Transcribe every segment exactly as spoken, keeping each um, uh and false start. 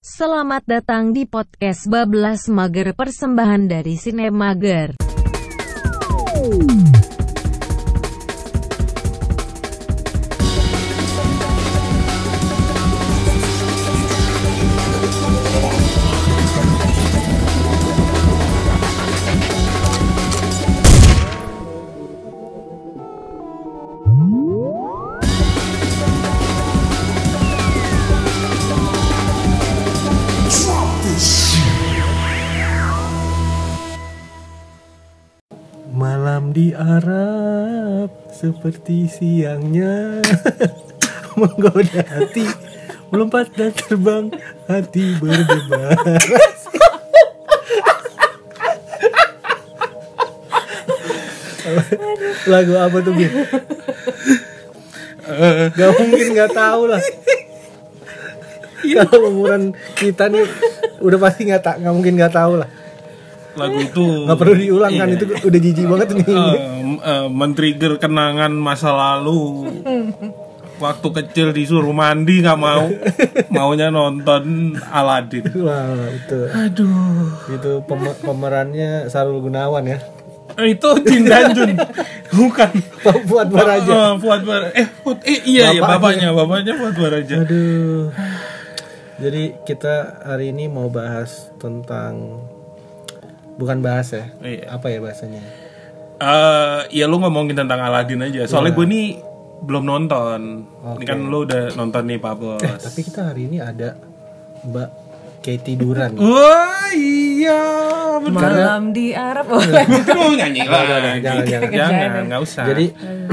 Selamat datang di podcast Bablas Mager, persembahan dari Sine Mager. Malam di Arab seperti siangnya menggoda hati, melompat dan terbang, hati berdebar. Lagu apa tuh, Bin? Gak mungkin gak tahu lah. Kalau umuran kita nih udah pasti nggak tak nggak mungkin nggak tahu lah. Lagu itu nggak perlu diulang kan, iya. Itu udah jijik banget nih. Uh, uh, men-trigger kenangan masa lalu. Waktu kecil disuruh mandi nggak mau, maunya nonton Aladin. Wah itu. Aduh. Itu pem- pemerannya Sarul Gunawan ya. Eh, itu Jin dan Jun, bukan Fuad Baraja. Uh, Fuad Baraja. Eh, Fuad, eh iya ya bapaknya, bapaknya Fuad Baraja. Aduh. Jadi kita hari ini mau bahas tentang, bukan bahas ya, iya. Apa ya bahasanya? Uh, ya lu ngomongin tentang Aladin aja. Soalnya ya. gue nih belum nonton. Okay. Ini kan lu udah nonton nih Pak Bos. Eh, tapi kita hari ini ada Mbak Katie Duran. Wah iya betul. Malam di Arab. Oh, Aduh nyanyi lah. Jangan, jangan, jangan. Jangan, nggak usah. Jadi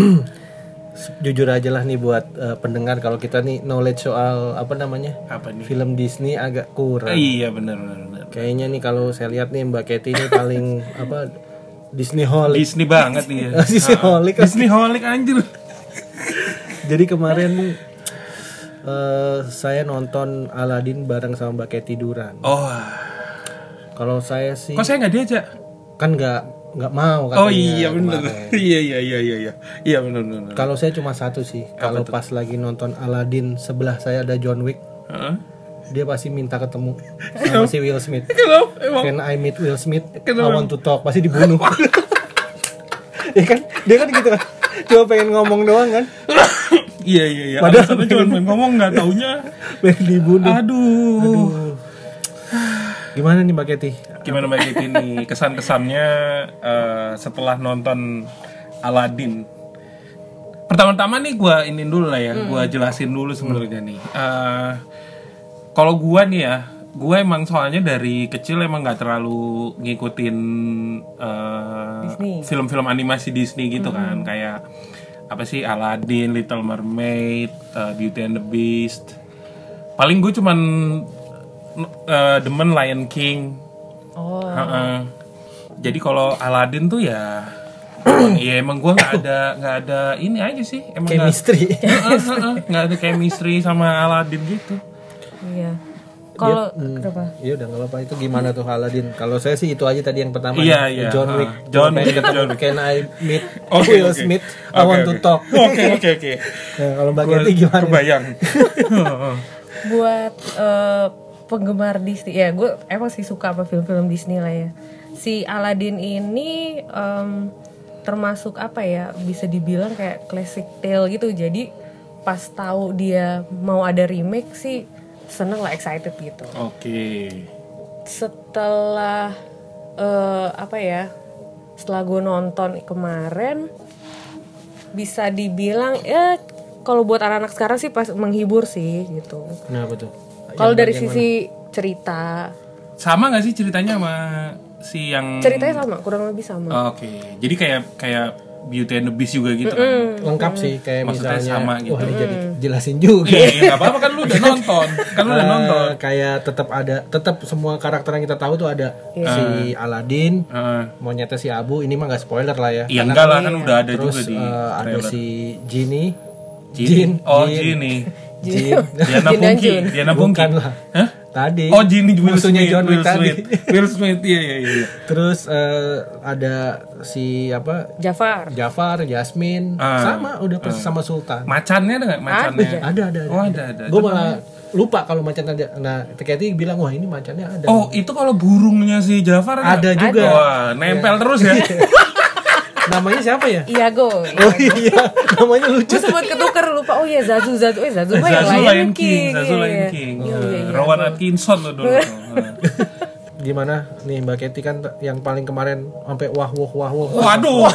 jujur aja lah nih buat uh, pendengar, kalau kita nih knowledge soal apa namanya apa nih? film Disney agak kurang. Eh, iya benar benar benar. Kayaknya nih kalau saya lihat nih Mbak Katie ini paling apa Disney holic. Disney banget nih. Ya. Disney holic. Disney holic anjir. Jadi kemarin uh, saya nonton Aladin bareng sama Mbak Katie Duran. Oh. Kalau saya sih Kok saya nggak diajak? kan nggak nggak mau katanya. Oh iya benar. kemarin. Iya iya iya iya iya. Iya benar benar. Kalau saya cuma satu sih. Kalau pas lagi nonton Aladin, sebelah saya ada John Wick. Heeh. Dia pasti minta ketemu sama si Will Smith. Kenapa? Emang? Can I meet Will Smith? Kenapa? I want to talk. Pasti dibunuh. Ya kan? Dia kan gitu kan. Cuma pengen ngomong doang kan. Iya iya iya. Padahal Alasannya cuma pengen ngomong nggak taunya. Pengen dibunuh. Aduh. Aduh. Gimana nih Mbak Katie? Gimana Mbak Kiti nih kesan-kesannya uh, setelah nonton Aladin? Pertama-tama nih gue ini dulu lah ya, hmm. gue jelasin dulu sebenarnya hmm. nih. Uh, kalau gue nih ya, gue emang soalnya dari kecil emang nggak terlalu ngikutin uh, film-film animasi Disney gitu hmm. kan, kayak apa sih Aladin, Little Mermaid, uh, Beauty and the Beast. Paling gue cuman uh, demen Lion King. Oh. Uh-uh. Jadi kalau Aladin tuh ya, ya emang gue nggak ada nggak ada ini aja sih, emang chemistry. Nggak ada chemistry sama Aladin gitu. Iya. Kalau hmm, kenapa? Iya udah nggak apa-apa. Itu gimana tuh Aladin? Kalau saya sih itu aja tadi yang pertama. Iya ya. iya. John Wick. Uh, John Wick. John Wick. Can I meet okay, Will okay. Smith? Okay, I want okay. to talk. Oke oke oke. Nah, kalau Mbak Katie gimana? Kebayang. Buat uh, penggemar Disney ya, gue emang sih suka sama film-film Disney lah ya. Si Aladin ini um, termasuk apa ya, bisa dibilang kayak classic tale gitu. Jadi pas tahu dia mau ada remake sih seneng lah, excited gitu. Oke. Okay. Setelah uh, apa ya, setelah gue nonton kemarin, bisa dibilang ya kalau buat anak-anak sekarang sih pas menghibur sih gitu. Nah betul. Kalau dari sisi mana? Cerita sama nggak sih ceritanya sama si yang ceritanya sama, kurang lebih sama. Oh, oke, okay. Jadi kayak kayak Beauty and the Beast juga gitu mm-hmm. kan? Lengkap sih kayak maksudnya misalnya. Sama gitu. Wah, jadi jelasin juga. Iya, nggak apa-apa kan lu udah nonton, kan lu udah uh, nonton. Kayak tetap ada, tetap semua karakter yang kita tahu tuh ada. Yeah. Si Aladin, uh. monyetnya si Abu. Ini mah nggak spoiler lah ya. Iya enggak lah, kan udah ada terus, juga di uh, ada trailer. si Genie. Jin. Jin. Oh Jin. Genie. Jin. Diana Pungki. Diana Pungki. Bukan lah. Hah? Tadi. Oh Genie Will musuhnya Smith. John Wick Will tadi. Smith. Will Smith. Iya iya iya. Terus uh, ada si apa? Jafar. Jafar, Jasmine, uh, sama udah persis uh. sama Sultan. Macannya ada nggak? Macannya. Ada ada. ada. Oh ada ada. Gue malah lupa kalau macan ada. Nah, Katy bilang wah ini macannya ada. Oh, itu kalau burungnya si Jafar ada juga. Wah, nempel terus ya. Namanya siapa ya? Iago. Oh iya, namanya lucu. Gue sempat ketukar lupa. Oh iya Zazu Zazu eh Zazu mah yang Zazu Lion Lion King, King. Zazu Iya, Lion iya. King. Iya, iya, iya. Rowan Atkinson tuh dulu. Gimana nih Mbak Katy kan yang paling kemarin sampai wah wah wah wah. Waduh.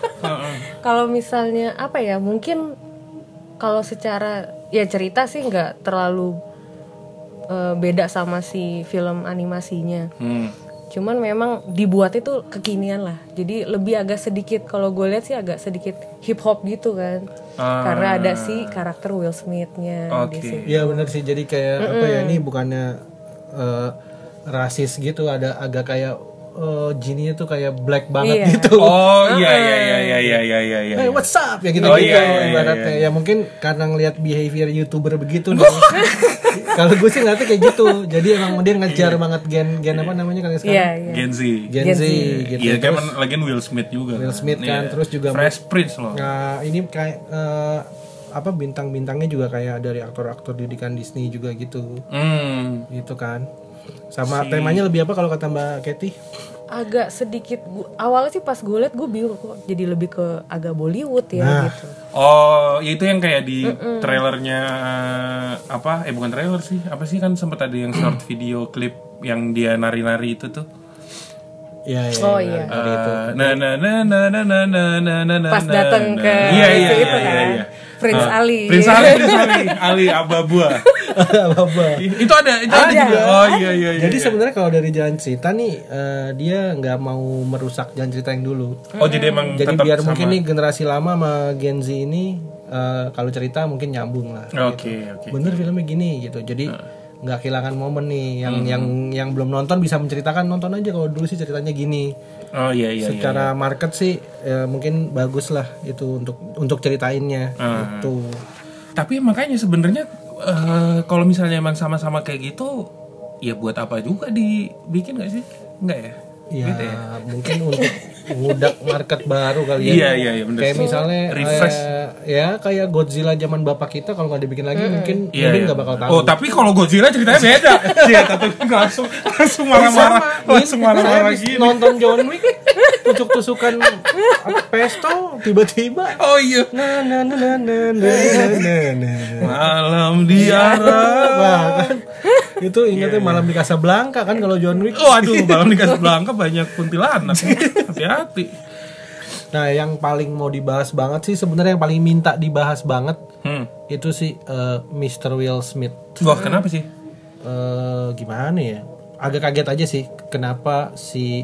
Kalau misalnya apa ya, mungkin kalau secara ya cerita sih nggak terlalu uh, beda sama si film animasinya. Hmm. Cuman memang dibuat itu kekinian lah. Jadi lebih agak sedikit, kalau gue lihat sih agak sedikit hip hop gitu kan. Ah. Karena ada si karakter Will Smith-nya di Oke. situ. Iya benar sih. Jadi kayak apa ya, ini bukannya uh, rasis gitu, ada agak kayak uh, Genie tuh kayak black banget Iya. gitu. Oh iya iya iya iya iya iya iya iya. Hey, what's up ya gitu Oh, gitu iya, iya, iya, ibaratnya. iya. Ya mungkin karena ngelihat behavior YouTuber begitu nih. Kalau gue sih ngeliatnya kayak gitu. Jadi emang dia ngejar banget gen gen apa namanya kan sekarang? Iya, iya. Gen Z. Gen Gen Z Z. gitu. Iya, kan Terus, lagi Will Smith juga. Will Smith kan, Iya. terus juga Fresh Prince loh. nah, ini kayak eh, apa bintang-bintangnya juga kayak dari aktor-aktor didikan Disney juga gitu. Hmm. Gitu kan. Sama Si- temanya lebih apa kalau kata Mbak Katy? Agak sedikit gua, awalnya sih pas gue liat gue bingung kok jadi lebih ke agak Bollywood ya Nah. gitu. Oh, itu yang kayak di trailernya apa? Eh bukan trailer sih. Apa sih kan sempat ada yang short video klip yang dia nari-nari itu tuh. Iya, iya. Oh, iya. Hari itu. Eh, na na na na na na na na na na Pas na, datang na. ke iya, iya, itu iya, kan, iya, iya. Prince Ah, Ali. Prince Ali, Prince Ali, Ali Ababua. Apa-apa. Itu ada, itu ada, Ada. juga. Oh iya iya iya. Jadi iya. sebenarnya kalau dari jalan cerita nih eh, dia nggak mau merusak jalan cerita yang dulu. Oh jadi emang Jadi tetap biar sama. mungkin nih generasi lama sama Gen Z ini eh, kalau cerita mungkin nyambung lah. Oke oke. Bener filmnya gini gitu. Jadi nggak kehilangan momen nih yang yang yang belum nonton bisa menceritakan, nonton aja kalau dulu sih ceritanya gini. Oh iya iya. iya. Secara market sih ya, mungkin bagus lah itu untuk untuk ceritainnya Ah. itu. Tapi makanya sebenarnya eh, kalau misalnya emang sama-sama kayak gitu, ya buat apa juga dibikin nggak sih? Enggak ya? Ya, Gitu ya? mungkin untuk ngudak market baru kali ya. Iya, iya, iya, bener. Kayak misalnya Refresh. eh, ya kayak Godzilla zaman bapak kita kalau nggak dibikin lagi mungkin Iya, mungkin iya. nggak bakal tahu. Oh tapi kalau Godzilla ceritanya beda. Iya tapi langsung langsung marah-marah, langsung Saya marah-marah habis gini. nonton John Wick tusuk-tusukan pesto tiba-tiba. Oh iya. Na na na na na na na na. Malam di arah. Wah, kan itu Iya, ingatnya malam di Casablanca kan kalau John Wick. Oh aduh, malam di Casablanca banyak kuntilanak. Hati-hati. Nah, yang paling mau dibahas banget sih sebenarnya yang paling minta dibahas banget Hmm. itu sih eh, mister Will Smith. Wah kenapa sih? Eh, gimana ya? Agak kaget aja sih kenapa si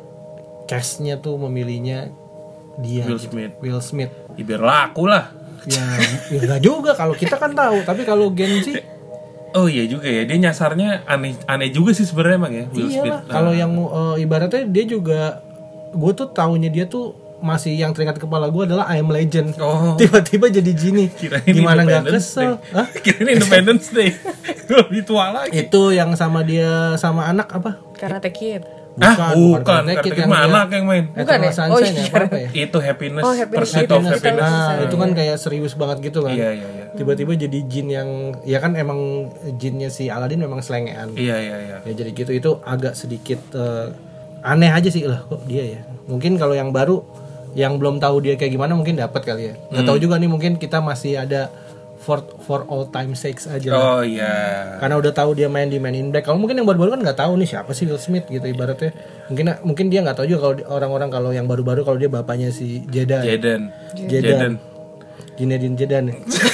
castnya tuh memilihnya dia Will gitu. Smith. Will Smith. Ya, biar laku lah. Ya, ya enggak juga kalau kita kan tahu, tapi kalau Gen Z Oh iya juga ya, dia nyasarnya aneh aneh juga sih sebenarnya emang ya Will Smith. iyalah. Kalau yang eh, ibaratnya dia juga gue tuh taunya dia tuh masih yang teringat kepala gue adalah I Am Legend. Oh. Tiba-tiba jadi Genie. Kirain Gimana nggak Independence kesel? Day. Hah? Kirain Independence Day. Lebih tua lagi. Itu yang sama dia sama anak apa? Karate Kid. Ah, bukan, bukan. Karate Kid Karate yang Kid dia- anak yang main. Bukan Eternal ya? Sunshine Oh, ya, iya. apa, apa ya? Itu Happiness, Oh, Happiness. Pursuit of Happiness. Happiness. Nah, Happiness. itu kan kayak serius banget gitu kan. Iya, iya, iya. Tiba-tiba jadi jin yang ya kan emang jinnya si Aladdin memang selengean. Iya, iya, iya. Ya jadi gitu itu agak sedikit eh, aneh aja sih lah kok dia ya. Mungkin kalau yang baru yang belum tahu dia kayak gimana mungkin dapat kali ya. Nggak tahu juga nih mungkin kita masih ada for for all time sakes aja. lah. Oh iya. Karena udah tahu dia main di Men in Black. Kalau mungkin yang baru-baru kan nggak tahu nih siapa sih Will Smith gitu ibaratnya. Mungkin mungkin dia nggak tahu juga kalau di- orang-orang kalau yang baru-baru kalau dia bapaknya si Jeda. ya. Jaden. Jaden. Zinedine Zidane.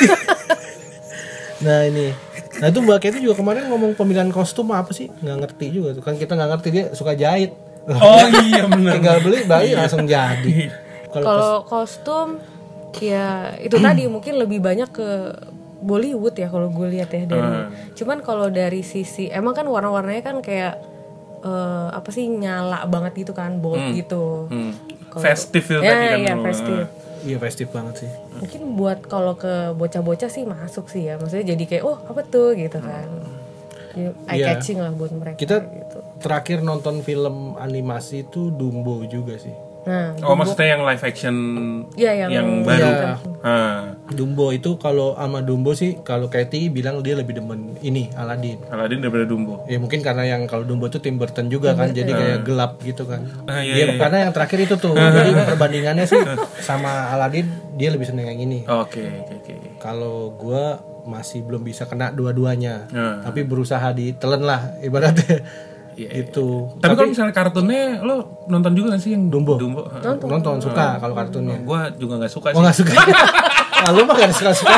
Nah ini, nah itu Mbak Katy juga kemarin ngomong pemilihan kostum apa sih? Nggak ngerti juga tuh kan kita nggak ngerti dia suka jahit. Oh iya benar. Tinggal beli bayi langsung jadi. Kalau Kalau kostum ya itu tadi mungkin lebih banyak ke Bollywood ya kalau gue lihat ya dari. Hmm. Cuman kalau dari sisi emang kan warna-warnanya kan kayak eh, apa sih nyala banget gitu kan, bold gitu. Hmm. Kalau- Festif itu ya, tadi kan. ya, lu. festif. iya festif banget sih. Mungkin buat kalau ke bocah-bocah sih masuk sih ya. Maksudnya jadi kayak oh apa tuh gitu kan. Jadi eye Iya. catching lah buat mereka Kita gitu. terakhir nonton film animasi itu Dumbo juga sih. Nah, Oh maksudnya yang live action Iya, yang- baru. Iya. Ah. Dumbo itu kalau sama Dumbo sih, kalau Katie bilang dia lebih demen ini Aladdin. Aladdin daripada Dumbo. Ya mungkin karena yang kalau Dumbo tuh Tim Burton juga kan, jadi kayak gelap gitu kan. Ah, iya, Dia iya. karena yang terakhir itu tuh, jadi perbandingannya sih sama Aladdin dia lebih seneng yang ini. Oke, oke, oke. Kalau gua masih belum bisa kena dua-duanya, Hmm. tapi berusaha ditelen lah ibaratnya. Iya, Gitu. Tapi, kalau misalnya kartunnya lo nonton juga gak sih yang Dumbo. Dumbo? Nonton suka kalau kartunnya. Gua juga nggak suka Oh sih. nggak suka. Ah, lu mah gak suka-suka.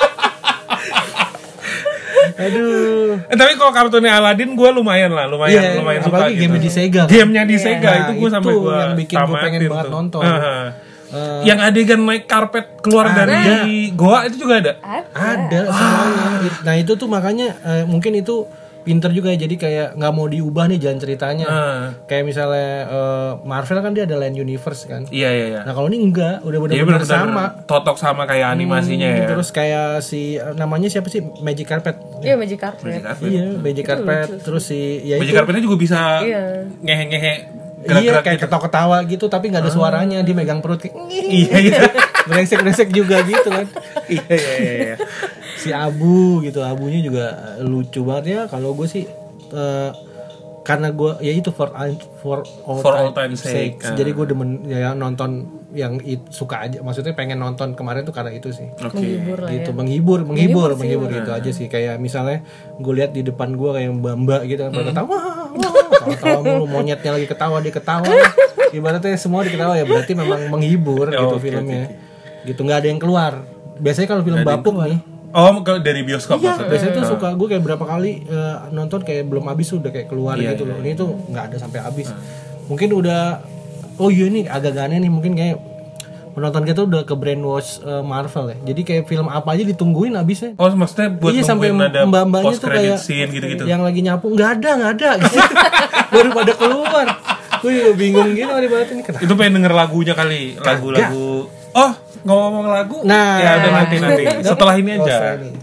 Aduh. Eh, tapi kalau kartunnya Aladdin gue lumayan lah, lumayan Iya, lumayan suka apalagi gitu. game di Sega. Gamenya di Sega Nah, itu gue sampai itu gue yang bikin gue pengen banget nonton. Uh, yang adegan naik karpet keluar ada. dari goa itu juga ada. Ada semuanya. Nah itu tuh makanya eh, mungkin itu pinter juga ya, jadi kayak nggak mau diubah nih jalan ceritanya. Ah. Kayak misalnya eh, Marvel kan dia ada Land Universe kan. Iya iya iya. Nah kalau ini enggak, udah Iya benar-benar benar-benar sama. totok sama kayak animasinya ya. Terus kayak si eh, namanya siapa sih, Magic Carpet. Iya, Magic Carpet. Magic Carpet. Iya Magic Carpet. Terus si ya Magic itu. Carpetnya juga bisa Iya. ngehe-ngehe Iya gerak-gerak kayak gitu. ketawa-ketawa gitu tapi nggak ada suaranya, dia megang perut kayak Iya iya. brengsek-brengsek juga gitu kan. Iya iya iya. Si Abu gitu, Abunya juga lucu banget ya. Kalau gue sih eh, karena gue ya itu for for all, For all time time sake. sake. Jadi gue demen ya nonton yang it, suka aja. Maksudnya pengen nonton kemarin tuh karena itu sih. Oke. Menghibur lah ya. Gitu menghibur, menghibur, sih, menghibur gitu aja sih. Kayak misalnya gue lihat di depan gue kayak mbak-mbak gitu kan pada ketawa, wah, wah, ketawa mulu, monyetnya lagi ketawa, dia ketawa. Ibaratnya semua diketawa ya berarti memang menghibur gitu oke, filmnya. Gitu nggak ada yang keluar. Biasanya kalau film bapuk nih, Oh, kalau dari bioskop iya, maksudnya. biasanya tuh suka gue kayak berapa kali eh, nonton kayak belum habis udah kayak keluar Iya, gitu iya, loh. Ini tuh nggak ada sampai habis. Mungkin udah, oh iya nih agak aneh nih, mungkin kayak penonton kita udah ke brainwash eh, Marvel ya. Jadi kayak film apa aja ditungguin habisnya. Oh, maksudnya buat Iya sampai nungguin ada mbak-mbaknya post tuh credit kayak scene gitu-gitu. yang lagi nyapu nggak ada nggak ada gitu. Baru pada keluar. Gue juga bingung gitu nih berarti ini kenapa. Itu pengen denger lagunya kali, lagu-lagu. Oh, ngomong-ngomong lagu. Nah, ya udah nanti nanti. Setelah ini Oh, aja. setelah ini.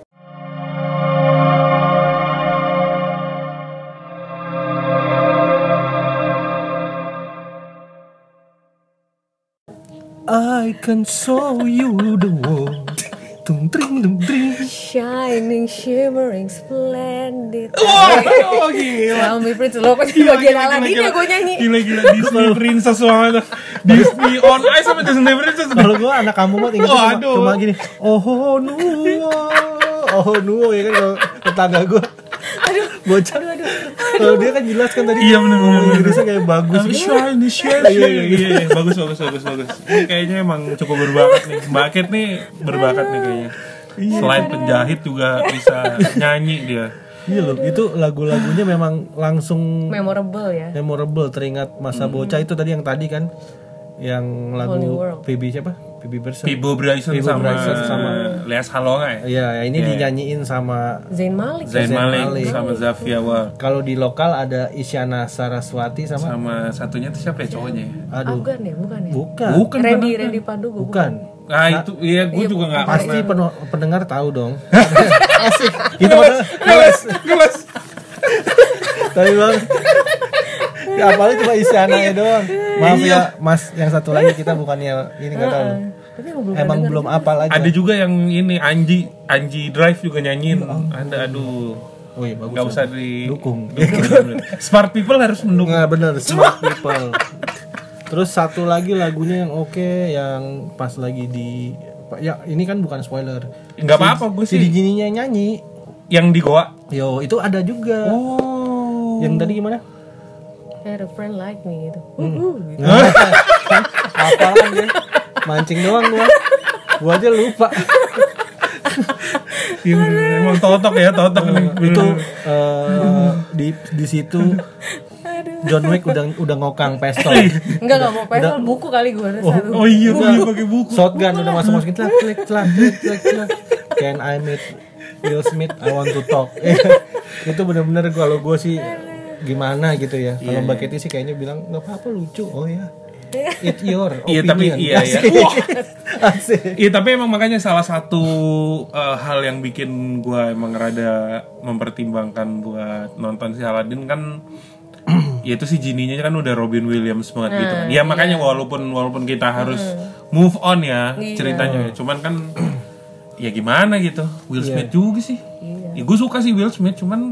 I can show you the world. Tung tring tung tring. Shining, shimmering, splendid. Oh, gila. Tell me Prince, lo kok di bagian Aladdin ya gue nyanyi. Gila-gila Disney Princess banget. Disney on Ice sama Disney Princess. Kalau gue anak kamu mah tinggal Oh, cuma, aduh. cuma gini. Oh nuo, oh nuo ya kan kalau tetangga gue. Aduh, Bocah. aduh, aduh. Kalau dia kan jelas kan tadi. Iya, bener, ngomong Inggrisnya kayak bagus. Shiny, shiny, Iya, iya, shiny. Iya, iya, bagus, bagus, bagus, bagus. Ini kayaknya emang cukup berbakat nih. Mbak Kate nih berbakat nih kayaknya. Selain penjahit juga bisa nyanyi dia. Iya loh, itu lagu-lagunya memang langsung Memorable ya. memorable, teringat masa bocah itu tadi yang tadi kan, yang lagu Whole New World. P B siapa? P B Bryson. Pibo Bryson Pibo sama, Bryson sama Lea Salonga ya. Iya, ya, ini dinyanyiin sama Zayn Malik. Zayn Zayn Malik, Malik. sama Zafia Wal. kalau di lokal ada Isyana Saraswati sama, Sama satunya tuh siapa ya cowoknya ya? aduh, Afgan ya, bukan ya? bukan. Bukan, Randy, bukan. Randy Pandugo. Bukan. Ah itu, iya gue juga gak Pasti pernah. peno- pendengar tahu dong. Asik. Itu padahal Gelas, gelas. tapi bang. Ya, apalagi cuma Isyana ya doang. Maaf ya, Mas, yang satu lagi kita bukannya ini nggak tahu. Tapi aku belum Emang belum apal aja. Ada juga yang ini Anji, Anji Drive juga nyanyiin. Ada, aduh. Oh iya bagus. Gak usah di Dukung. Smart people harus mendukung. Nggak bener, smart people. Terus satu lagi lagunya yang oke, yang pas lagi di, ya ini kan bukan spoiler. Nggak apa-apa, gue Si sih. Digininya nyanyi. Yang di Goa. Yo itu ada juga. Oh. Yang tadi gimana? Had a friend like me gitu. Hmm. Uh, uh, gitu. Apaan dia? Mancing doang gua. Gua aja lupa. Emang totok ya, totok nih. Itu eh, di di situ John Wick udah udah ngokang pistol. Enggak, enggak mau pesel buku kali gue rasa. Oh iya, gue pakai buku. Shotgun udah masuk masukin tlak tlak tlak tlak tlak tlak. Can I meet Will Smith? I want to talk. Itu bener-bener kalau gue sih gimana gitu ya. Kalau Mbak Katy sih kayaknya bilang nggak apa-apa lucu. Oh ya. It's your opinion. Iya tapi iya iya. Asik. Wah. Asik. Iya tapi emang makanya salah satu uh, hal yang bikin gua emang rada mempertimbangkan buat nonton si Aladdin kan ya itu si Genie-nya kan udah Robin Williams banget gitu kan. Ya makanya walaupun walaupun kita harus move on ya Iya. ceritanya. Cuman kan ya gimana gitu. Will Iya. Smith juga sih. Iya. Ya, gue suka sih Will Smith, cuman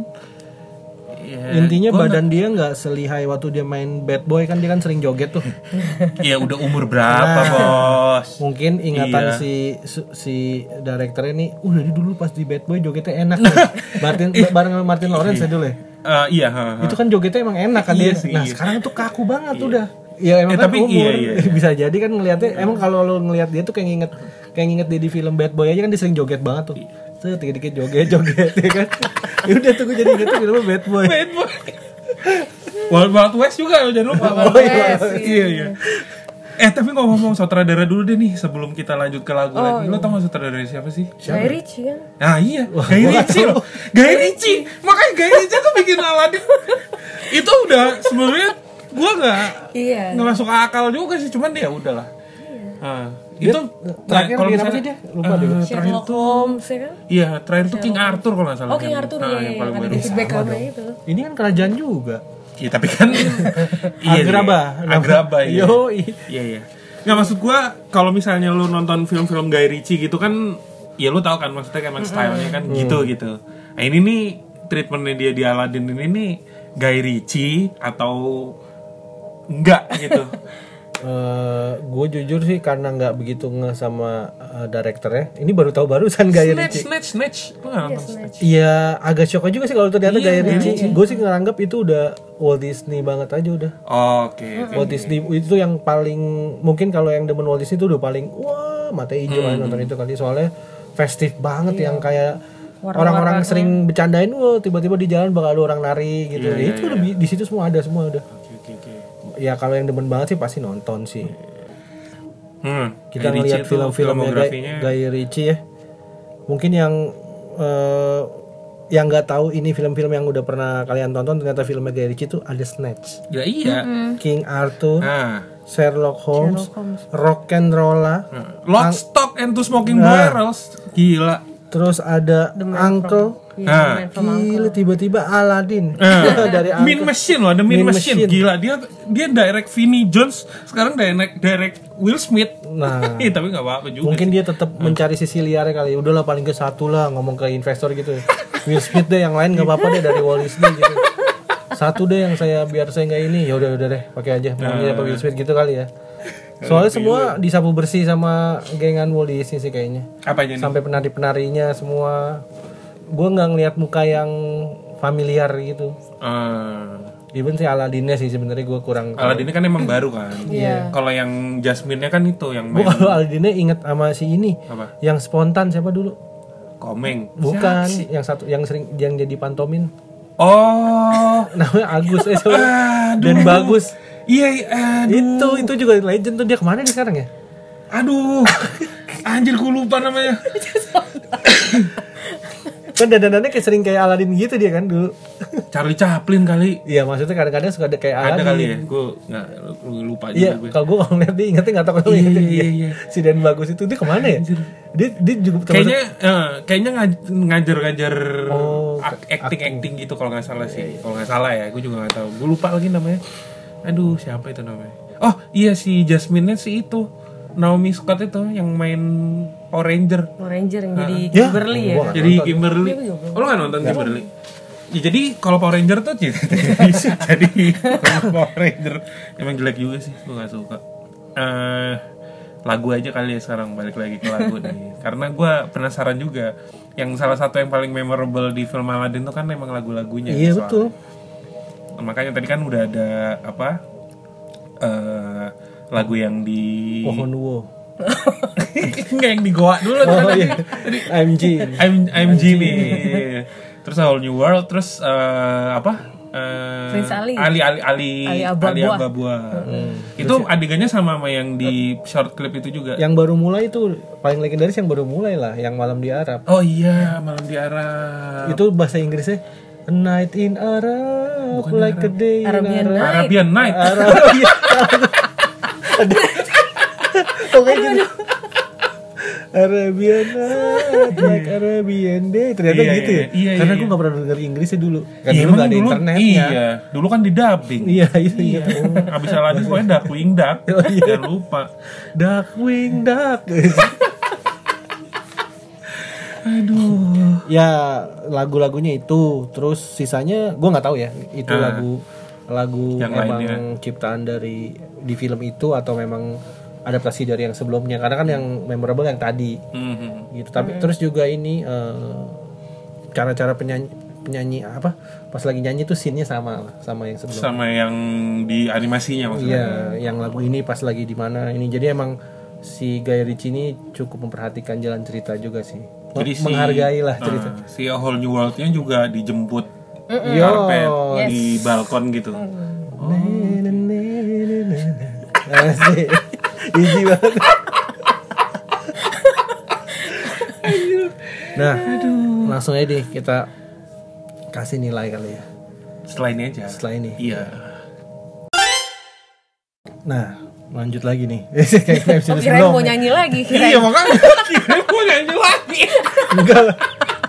ya, Intinya gua badan dia nggak selihai waktu dia main Bad Boy, kan dia kan sering joget tuh. nggak- ya udah umur berapa Nah. bos? Mungkin ingatan Iya. si su- si direkturnya nih, uh dari dulu pas di Bad Boy jogetnya enak. Nih. Martin bareng sama Martin Lawrence ya dulu ya. Eh, iya. ha, ha. Itu kan jogetnya emang enak kan Iya dia. sih, Nah iya. sekarang tuh kaku banget udah. Ya emang Eh, kan tapi umur. iya, iya, iya. Bisa jadi kan ngelihatnya. Emang kalau lo ngelihat dia tuh kayak nginget kayak nginget dia di film Bad Boy aja kan dia sering joget banget tuh. Set dikit-dikit joget joget ya kan. Ya udah tuh gue jadi inget tuh filmnya Bad Boy. Bad Boy. Wild Wild West juga jangan lupa. Wild West, iya iya. Eh tapi ngomong-ngomong sutradara dulu deh nih sebelum kita lanjut ke lagu Oh, lagi. Lo tau gak sutradara siapa sih? Guy Ritchie kan. Nah iya, Guy Ritchie loh. Guy Ritchie. Makanya Guy Ritchie tuh bikin Aladdin. Itu udah sebenarnya gua nggak Iya. nggak masuk akal juga sih, cuman ya udahlah. Nah, Dia itu terakhir kalau bikin apa misalnya- sih dia? Lupa eh, deh. terakhir Sherlock tuh Holmes ya kan. iya terakhir tuh King Arthur kalau nggak salah. Oh King yang- Arthur ah, ya, yang yang paling ada baru. David Beckham itu. Ini kan kerajaan juga. Iya tapi kan iya Agrabah. nih, Agrabah iya. Yo, Iya iya. Nggak maksud gua kalau misalnya lu nonton film-film Guy Ritchie gitu kan, ya lu tahu kan maksudnya kan emang stylenya kan gitu gitu. Nah ini nih treatmentnya dia di Aladdin ini nih Guy Ritchie atau enggak gitu. Eh, gue jujur sih karena nggak begitu nge sama uh, direkturnya. Ini baru tahu barusan Guy Snatch Ritchie. snatch snatch. Lu nggak nonton Yes, Snatch? Iya, agak shock juga sih kalau ternyata Iya, Guy Guy Ritchie. Gue sih ngeranggap itu udah Walt Disney banget aja udah. Oke. oke. Walt Disney itu yang paling mungkin kalau yang demen Walt Disney itu udah paling wah mata hijau Hmm. kan nonton itu kali soalnya festif banget yang kayak Warna-warnanya. orang-orang sering bercandain wah tiba-tiba di jalan bakal ada orang nari gitu. Iya, iya, itu udah di situ semua ada semua udah. Oke oke oke. Ya kalau yang demen banget sih pasti nonton sih. Hmm, Kita Guy ngelihat Ritchie tuh film-filmnya Guy, filmografinya Guy Ritchie ya. Mungkin yang eh, yang nggak tahu ini film-film yang udah pernah kalian tonton ternyata filmnya Guy Ritchie tuh ada Snatch, ya iya. King Arthur, Nah, Sherlock Holmes, Sherlock Holmes. Rock and Rolla, Lock, Stock, and Two Smoking Nah. Barrels, gila. terus ada Uncle, Iya, Ah. main from gila tiba-tiba Aladdin Eh, dari Mean Uncle. Machine loh, ada Mean, Mean Machine. Machine. Gila, dia dia direct Vinnie Jones, sekarang direct direct Will Smith. Nah, Ih, tapi nggak apa-apa juga. mungkin dia tetap mencari sisi liarnya kali. Udahlah paling ke satu lah ngomong ke investor gitu. Will Smith deh, yang lain nggak apa-apa deh dari Walt Disney gitu. Satu deh yang saya biar saya nggak ini. Ya udah udah deh, pakai aja. Maunya apa Will Smith gitu kali ya. Soalnya semua disapu bersih sama gengan Walt Disney sih kayaknya. Apanya nih? Sampai penari-penarinya semua. Gue nggak ngelihat muka yang familiar gitu. Eh, Even si Aladdinnya sih sebenarnya gue kurang. Aladdin ini kan emang baru kan. Iya. Kalau yang Jasmine-nya kan itu yang Gue main kalau Aladdinnya inget sama si ini. apa? Yang spontan siapa dulu? Komeng. Bukan, Siapa sih? yang satu yang sering yang jadi pantomin. Oh. Namanya Agus eh sorry. Aduh. Dan Bagus. Iya, iya, aduh. Itu itu juga legend tuh, dia kemana nih sekarang ya? Aduh. Anjir gue lupa namanya. Kan dandanannya kayak sering kayak Aladdin gitu dia kan dulu. Charlie Chaplin kali. Iya maksudnya kadang-kadang suka ada kayak Ada Aladdin. kali ya. Gue nggak lupa juga Iya, gue. kalau gue kalau ngeliat dia ingetnya nggak tahu kalau Iya, ingetnya iya, dia. iya. Si Dan Bagus itu dia kemana ya? Dia dia juga termasuk- Kayaknya eh, kayaknya ngaj- ngajar-ngajar Oh, ak- acting-acting gitu kalau nggak salah sih. Kalau nggak salah ya, gue juga nggak tahu. Gue lupa lagi namanya. Aduh, siapa itu namanya? Oh, iya si Jasmine-nya sih itu. Naomi Scott itu yang main Power Ranger. Power Ranger yang jadi Ya? Kimberly ya. Gua nggak Jadi nonton. Kimberly. Iya, gua juga. Oh, lo nggak nonton Kimberly? Ya, jadi kalau Power Ranger tuh bisa jadi Power Ranger. Emang jelek juga sih, gue nggak suka. Eh, lagu aja kali ya sekarang, balik lagi ke lagu nih. Karena gue penasaran juga. Yang salah satu yang paling memorable di film Aladdin tuh kan emang lagu-lagunya. Iya soalnya. betul. Makanya tadi kan udah ada apa? eh lagu yang di Pohon Wo. Enggak, yang di Goa dulu Oh tadi. iya. M G. I'm I'm G nih. Terus A Whole New World, terus eh, apa? Eh, Prince Ali. Ali Ali Ali Ali Ababua. Ali Ababua. Itu adegannya sama sama yang di short clip itu juga. Yang baru mulai itu paling legendaris yang baru mulai lah, yang Malam di Arab. Oh iya, Malam di Arab. Itu bahasa Inggrisnya A Night in Arab, like a day in Arabian Arab. Night. Arabian Night. Arab. Iya. Oke gitu. Arabian night, like Arabian day. Ternyata Iya, gitu ya. iya, iya, Karena iya. gue gak pernah denger Inggrisnya dulu. Kan Iya, dulu emang gak ada dulu, internetnya. Iya, dulu kan di dubbing. Iya, iya, iya. Oh, abis Aladdin pokoknya Darkwing Duck. Oh, iya. Jangan lupa. Darkwing Duck. Aduh. Ya lagu-lagunya itu, terus sisanya gue nggak tahu ya itu Ah. lagu lagu Yang emang lainnya. ciptaan dari di film itu atau memang adaptasi dari yang sebelumnya, karena kan yang memorable yang tadi Mhm. gitu. Tapi terus juga ini eh, cara-cara penyanyi penyanyi apa pas lagi nyanyi tuh scene-nya sama lah sama yang sebelumnya. Sama yang di animasinya maksudnya. Iya, yang lagu ini pas lagi di mana ini. Jadi emang si Guy Ritchie ini cukup memperhatikan jalan cerita juga sih. Jadi si- Menghargai lah cerita. Ah, si A Whole New World-nya juga dijemput Yo, karpet Yes. di balkon gitu. Asik. Easy banget. Nah, langsung aja deh kita kasih nilai kali ya Setelah ini aja. setelah ini. Iya. Nah, lanjut lagi nih. Kayak episode Oh, kirain sebelum. mau nyanyi lagi. Kirain. Iya makanya kirain gue nyanyi lagi. Enggak lah.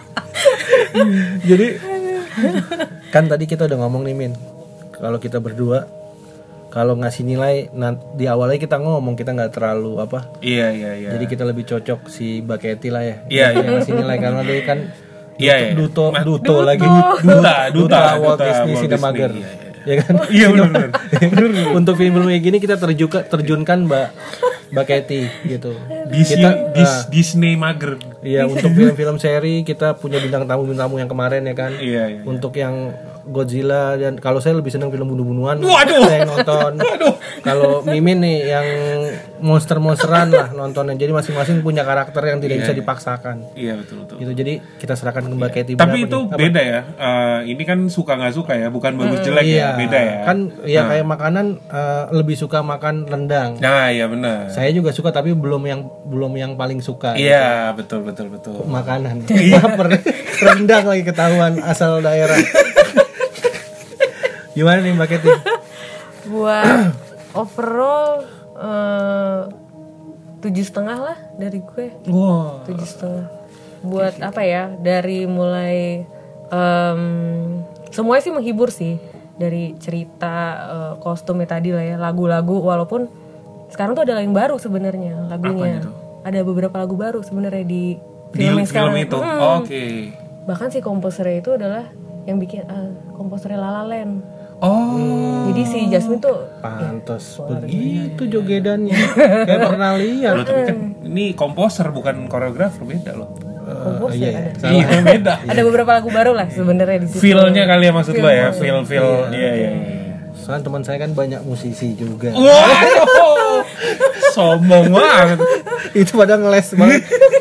Jadi kan tadi kita udah ngomong nih Min, kalau kita berdua kalau ngasih nilai nanti di awalnya kita ngomong kita nggak terlalu apa. Iya iya iya. Jadi kita lebih cocok si Baketi lah ya. Iya, yang ngasih nilai karena dia kan Iya, iya. Duto, Mas- Duto, lagi Duta, Duta, Walt Duta, Disney Walt Cinemager. Disney, iya, iya. Ya kan? Iya benar. Untuk film-film kayak gini kita terjuka, terjunkan Mbak Mbak Katy gitu. Disney, Kita Dis, ah, Disney Mager. iya untuk film-film seri kita punya bintang tamu-bintang tamu yang kemarin ya kan. Iya iya. Untuk yang Godzilla dan kalau saya lebih senang film bunuh-bunuhan. Waduh. Saya nonton. Kalau Mimin nih yang monster-monsteran lah nontonnya. Jadi masing-masing punya karakter yang tidak Iya, bisa iya. dipaksakan. Iya betul betul. Gitu. Jadi kita serahkan ke Mbak Katy. Tapi berapa itu nih? Apa? beda ya. Eh, ini kan suka nggak suka ya, bukan bagus jelek Iya, ya. Beda ya. kan ya Nah. kayak makanan eh, lebih suka makan rendang. Nah iya benar. Saya juga suka tapi belum yang belum yang paling suka. Iya betul betul betul. Makanan. Iya. Baper. Rendang lagi ketahuan asal daerah. Gimana nih Mbak Katy? Buat overall eh, tujuh setengah lah dari gue. Wow. Tujuh setengah. Buat apa ya? Dari mulai em, semuanya sih menghibur sih. Dari cerita, eh, kostumnya tadi lah ya, lagu-lagu. Walaupun sekarang tuh ada yang baru sebenarnya lagunya. Apanya tuh? Ada beberapa lagu baru sebenarnya di Di film yang film sekarang. itu. Mm. Oke. Bahkan si komposernya itu adalah yang bikin eh, komposernya La La Land. Oh. Jadi si Jasmine tuh Pantes begitu jogedannya. Kayak pernah lihat. Loh, tapi kan ini komposer bukan koreografer, beda loh. komposer iya, ada. iya. Iya beda. Ada beberapa lagu baru lah sebenarnya di situ. Feel-nya kali ya maksud lo ya, feel feel. Iya iya. iya. Soalnya teman saya kan banyak musisi juga. Waduh. Sombong banget. Itu pada ngeles banget.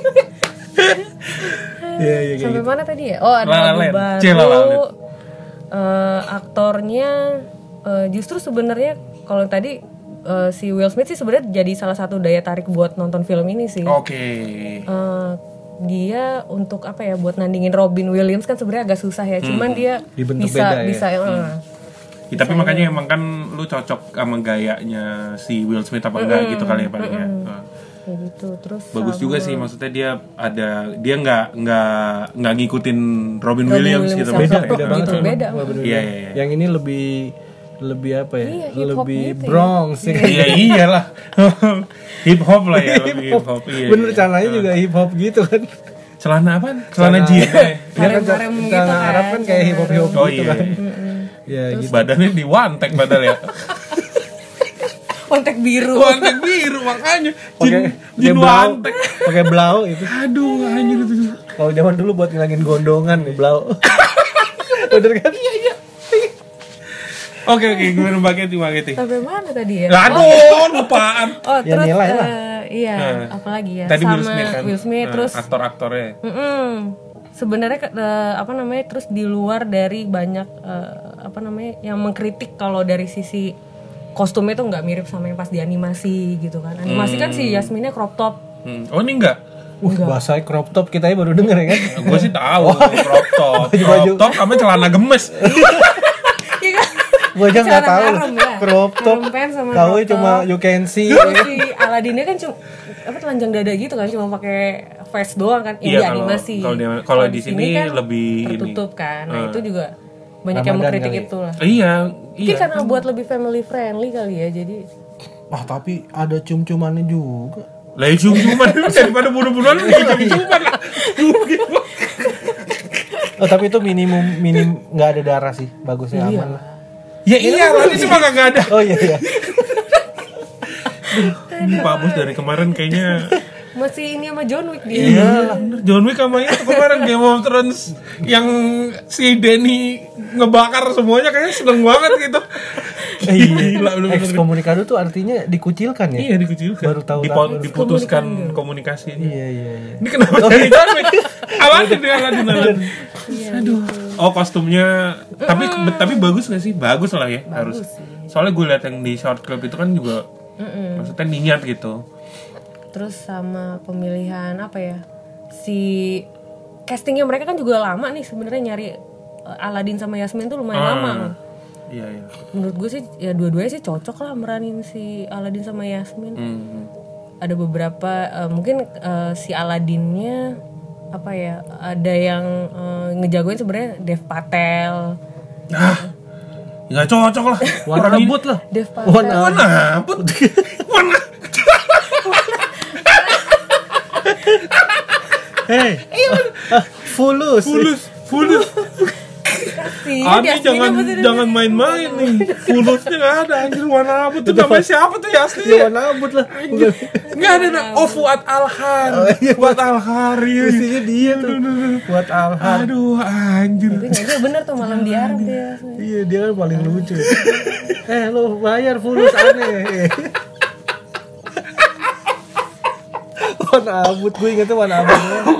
Iya iya Sampai gitu. mana tadi ya? Oh ada La La lagu Land. baru. C, La La Land. Eh, aktornya eh, justru sebenarnya kalau tadi eh, si Will Smith sih sebenarnya jadi salah satu daya tarik buat nonton film ini sih. Oke. Eh, dia untuk apa ya buat nandingin Robin Williams kan sebenarnya agak susah ya. Cuman dia Dibentuk bisa beda ya? bisa eh, Ya, tapi makanya emang kan lu cocok sama gayanya si Will Smith apa enggak gitu kali ya paling ya. Nah. kayak gitu. Terus Bagus sama- juga sih, maksudnya dia ada dia nggak nggak nggak ngikutin Robin, Robin Williams, Williams gitu. yang Beda sok beda gitu, banget sih. beda. Emang. Bener-bener. Iya, iya, iya. Yang ini lebih lebih apa ya? Iya, hip-hop lebih gitu ya. Bronx ya. Iya iyalah. Hip hop lah ya, lebih hip hop. Iya. Bener iya. celananya juga hip hop gitu kan. Celana apa? Celana jeans. Iya kan Harem-harem gitu celana kan. Arab kan kayak hip hop hip hop Oh gitu iya. kan. Ya gitu. Badannya di wantek padahal ya. kontak biru. Wantek biru makanya. Pakai Jin, pakai jin blau, wantek. pakai blau itu. Aduh, anjir itu. Kalau zaman dulu buat ngilangin gondongan nih blau. Bener kan? Iya iya. Oke oke, gimana Mbak Keti, Mbak Keti? Sampai mana tadi ya? Aduh, lupaan. Oh, Ya, terus nilai lah. eh, iya, Nah, apalagi ya? Tadi Sama Will Smith kan. Will Smith, Nah, terus aktor-aktornya. mm-mm. sebenarnya ke- eh, apa namanya? Terus di luar dari banyak eh, apa namanya? yang mengkritik kalau dari sisi kostumnya tuh nggak mirip sama yang pas di animasi gitu kan. Animasi kan si Yasminnya crop top. Hmm. Oh, ini enggak? Wah, bahasa crop top kita baru denger ya kan? Gue sih tahu crop top. Baju-baju. Crop top sama celana gemes. Iya kan? Gue aja nggak Celana tahu harem ya. crop top. Harem pants sama Tahu crop cuma top. you can see. Terus si Aladdinnya kan cuma apa telanjang dada gitu kan, cuma pakai face doang kan. Iya, Iya, kalau- animasi. kalau di- kalau di sini lebih ini. tertutup kan. Nah, Hmm. itu juga banyak yang Ramadan mengkritik kali. itu lah. Iya, Mungkin iya. karena buat lebih family friendly kali ya. Jadi Ah tapi ada cium-ciumannya juga. Lah ya cium-ciuman daripada bunuh-bunuhan lu cium-ciuman lah. Oh tapi itu minimum minim nggak ada darah sih, bagusnya aman lah. Ya iya, lah ini cuma kagak ada. Oh iya iya. Ini Pak Bos dari kemarin kayaknya masih ini sama John Wick dia. iya, bener. John Wick sama itu kemarin Game of Thrones yang si Danny ngebakar semuanya kayaknya seneng banget gitu. Gila, bener-bener. Ekskomunikado tuh artinya dikucilkan ya? Iya dikucilkan. Baru tahu Dipo- tahu. diputuskan komunikasinya. Iya iya iya. Ini kenapa jadi John Wick? Aladin deh, Aladin, Aladin. Aduh. Oh kostumnya, tapi tapi bagus nggak sih? Bagus lah ya, harus. Soalnya gue liat yang di short clip itu kan juga, maksudnya niat gitu. Terus sama pemilihan apa ya? Si castingnya mereka kan juga lama nih sebenarnya, nyari uh, Aladin sama Yasmin tuh lumayan Ah, lama. Iya iya. Menurut gue sih ya dua-duanya sih cocok lah meranin si Aladin sama Yasmin. Hmm. Ada beberapa uh, mungkin uh, si Aladinnya apa ya? Ada yang uh, ngejagoin sebenarnya Dev Patel. Ah, nggak cocok lah. Warna rebut lah. Dev Patel. Warna Warna apa? Warna. Hei. Ah, fulus. Fulus, fulus. Si Abi Yasminnya jangan pasti ada- jangan main-main nih. Fulusnya nggak ada anjir, warna apa tuh, namanya siapa tuh Yasmin? Iya warna rebut lah. Bukan. Nggak ada nah. Oh Fuad Alhan. Fuad Alhan. Isinya dia tuh. Buat Alhan. Aduh anjir. Tapi nggak bener tuh malam di Arab dia. Iya dia kan paling lucu. Eh lo bayar fulus aneh. Warna abut, gue ingetnya warna abut.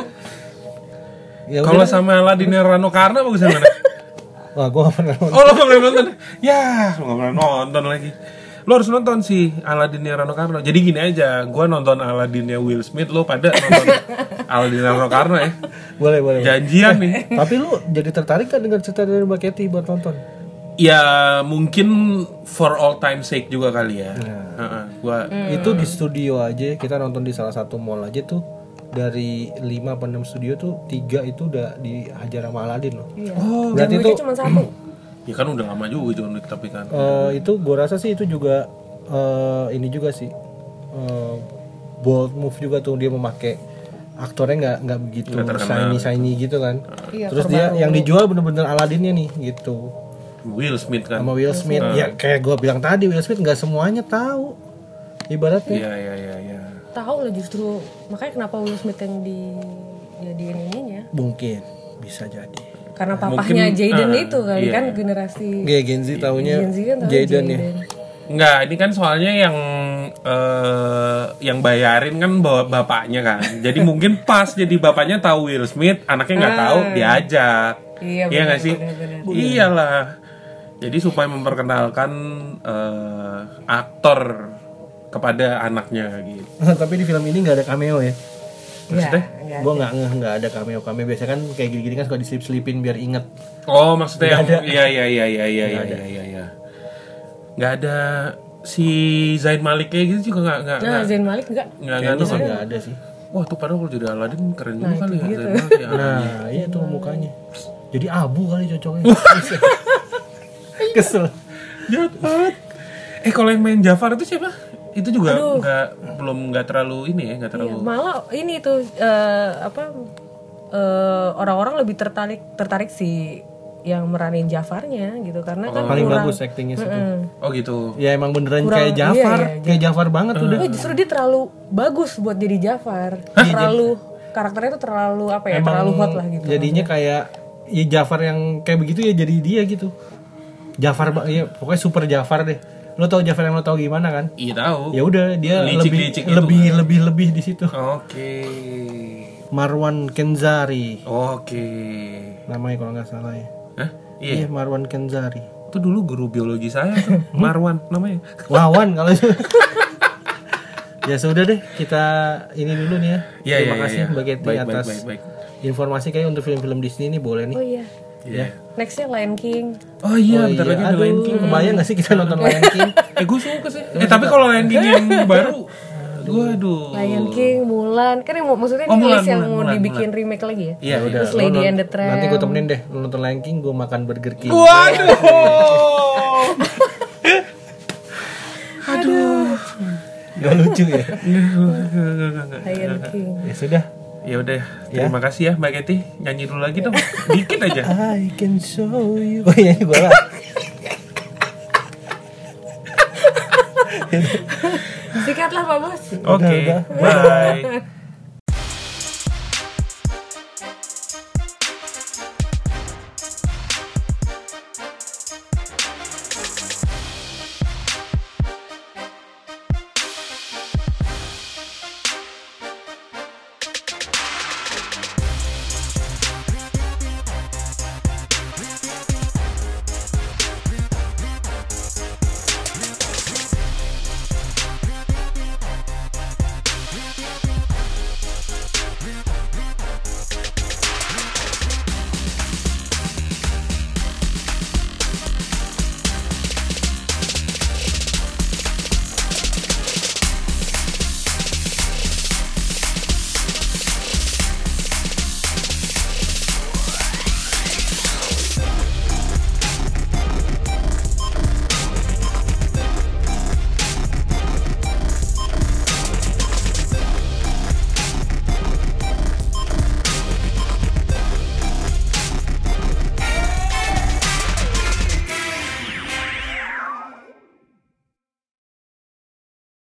Ya Kalau udah. sama Aladin Rano Karna bagus mana? Wah gue gak pernah nonton. Oh lo nggak pernah nonton? Ya lo nggak pernah nonton lagi. Lo harus nonton sih Aladin Rano Karno. Jadi gini aja, gue nonton Aladinnya Will Smith, lo pada nonton Aladin Rano Karno ya. Boleh boleh. Janjian nih. Tapi lu jadi tertarik kan dengan cerita dari Mbak Katy buat nonton? Ya mungkin for all time sake juga kali ya. Heeh, gua Itu di studio aja, kita nonton di salah satu mall aja tuh. Dari lima apa enam studio tuh tiga itu udah dihajar sama Aladin loh. Iya. Oh, John berarti Wicknya itu cuma satu. ya kan udah lama juga John Wick tapi kan. eh, itu gue rasa sih itu juga eh, ini juga sih eh, bold move juga tuh, dia memakai aktornya nggak nggak begitu Nggak terkenal. shiny shiny gitu kan. Iya, Terus dia yang dijual bener-bener Aladinnya nih gitu. Will Smith kan. Sama Will Smith. Ya kayak gue bilang tadi, Will Smith nggak semuanya tahu. Ibaratnya. Iya iya iya iya. Tahu lah justru makanya kenapa Will Smith yang dijadiin ininya. Mungkin bisa jadi. Karena Mungkin, papahnya Jaden ah, itu kali iya. kan generasi Kayak Gen Z taunya Gen Z kan tahu Jaden ya. Enggak, ini kan soalnya yang eh, yang bayarin kan bawa bapaknya kan. Jadi mungkin pas jadi bapaknya tahu Will Smith, anaknya nggak tahu, diajak. Iya, Iya nggak benar, sih? benar, benar. Iyalah. Jadi supaya memperkenalkan eh, aktor kepada anaknya gitu. Tapi di film ini nggak ada cameo ya. Maksudnya? Ya, Gue nggak ngeh nggak ada cameo cameo. Biasanya kan kayak gini-gini kan suka diselip-selipin biar inget. Oh, maksudnya yang Nggak ada. iya iya iya iya iya iya iya iya iya. Nggak ada si Zayn Malik kayak gitu juga nggak nggak Nah, nggak Zayn Malik enggak. nggak Kayaknya nggak sih nggak. nggak ada sih. Wah tuh padahal kalau jadi Aladin keren juga Nah, kali itu ya. gitu. Zayn Malik ya. Nah, iya tuh mukanya. Jadi abu kali cocoknya. Kesel. Jahat banget. Eh kalau yang main Jafar itu siapa? Itu juga nggak belum nggak terlalu ini ya nggak Iya, terlalu. malah ini tuh eh, apa eh, orang-orang lebih tertarik tertarik si yang meranin Jafarnya gitu karena kan Paling kurang- bagus actingnya sih. tuh. Oh gitu. Ya emang beneran Kurang- kayak Jafar, iya, iya, kayak Jafar banget udah. Oh, justru dia terlalu bagus buat jadi Jafar. Terlalu karakternya tuh terlalu apa ya? terlalu hot lah gitu. Jadinya kayak ya Jafar yang kayak begitu ya jadi dia gitu. Jafar ba- ya pokoknya super Jafar deh. Lo tau Jafar yang lo tau gimana kan? Iya tahu. Ya udah dia Licik- lebih licik gitu lebih kan. lebih lebih di situ. Oke. Marwan Kenzari Oke. namanya kalau nggak salah ya. Hah? Iya. Iya Marwan Kenzari. Itu dulu guru biologi saya tuh, Marwan namanya. Wawan kalau itu. Ya sudah deh kita ini dulu nih ya. Iya, Terima iya, kasih iya. Mbak Katy Baik, baik, atas baik, baik. informasi kayak untuk film-film Disney ini boleh nih. Oh iya. Iya. Nextnya Lion King. Oh iya, Oh bentar iya, lagi ada aduh, Lion King. kebayang gak sih kita nonton Lion King? Eh gue suka sih. Eh tapi kalau Lion King yang baru Waduh. Lion King, Mulan, kan yang mau maksudnya Oh, ini Mulan, list yang Mulan, mau Mulan, dibikin remake lagi ya? Iya, Udah, Terus lu Lady non- and the Tramp. Nanti gue temenin deh, lu nonton Lion King, gue makan Burger King. Waduh. Aduh. Gak lucu ya? Lion King. Ya sudah. Ya udah, terima kasih ya Mbak Kety. Nyanyi dulu lagi dong. Dikit aja. I can show you. Oh iya, gue lah. Sikatlah Pak Bos. Oke, udah. bye.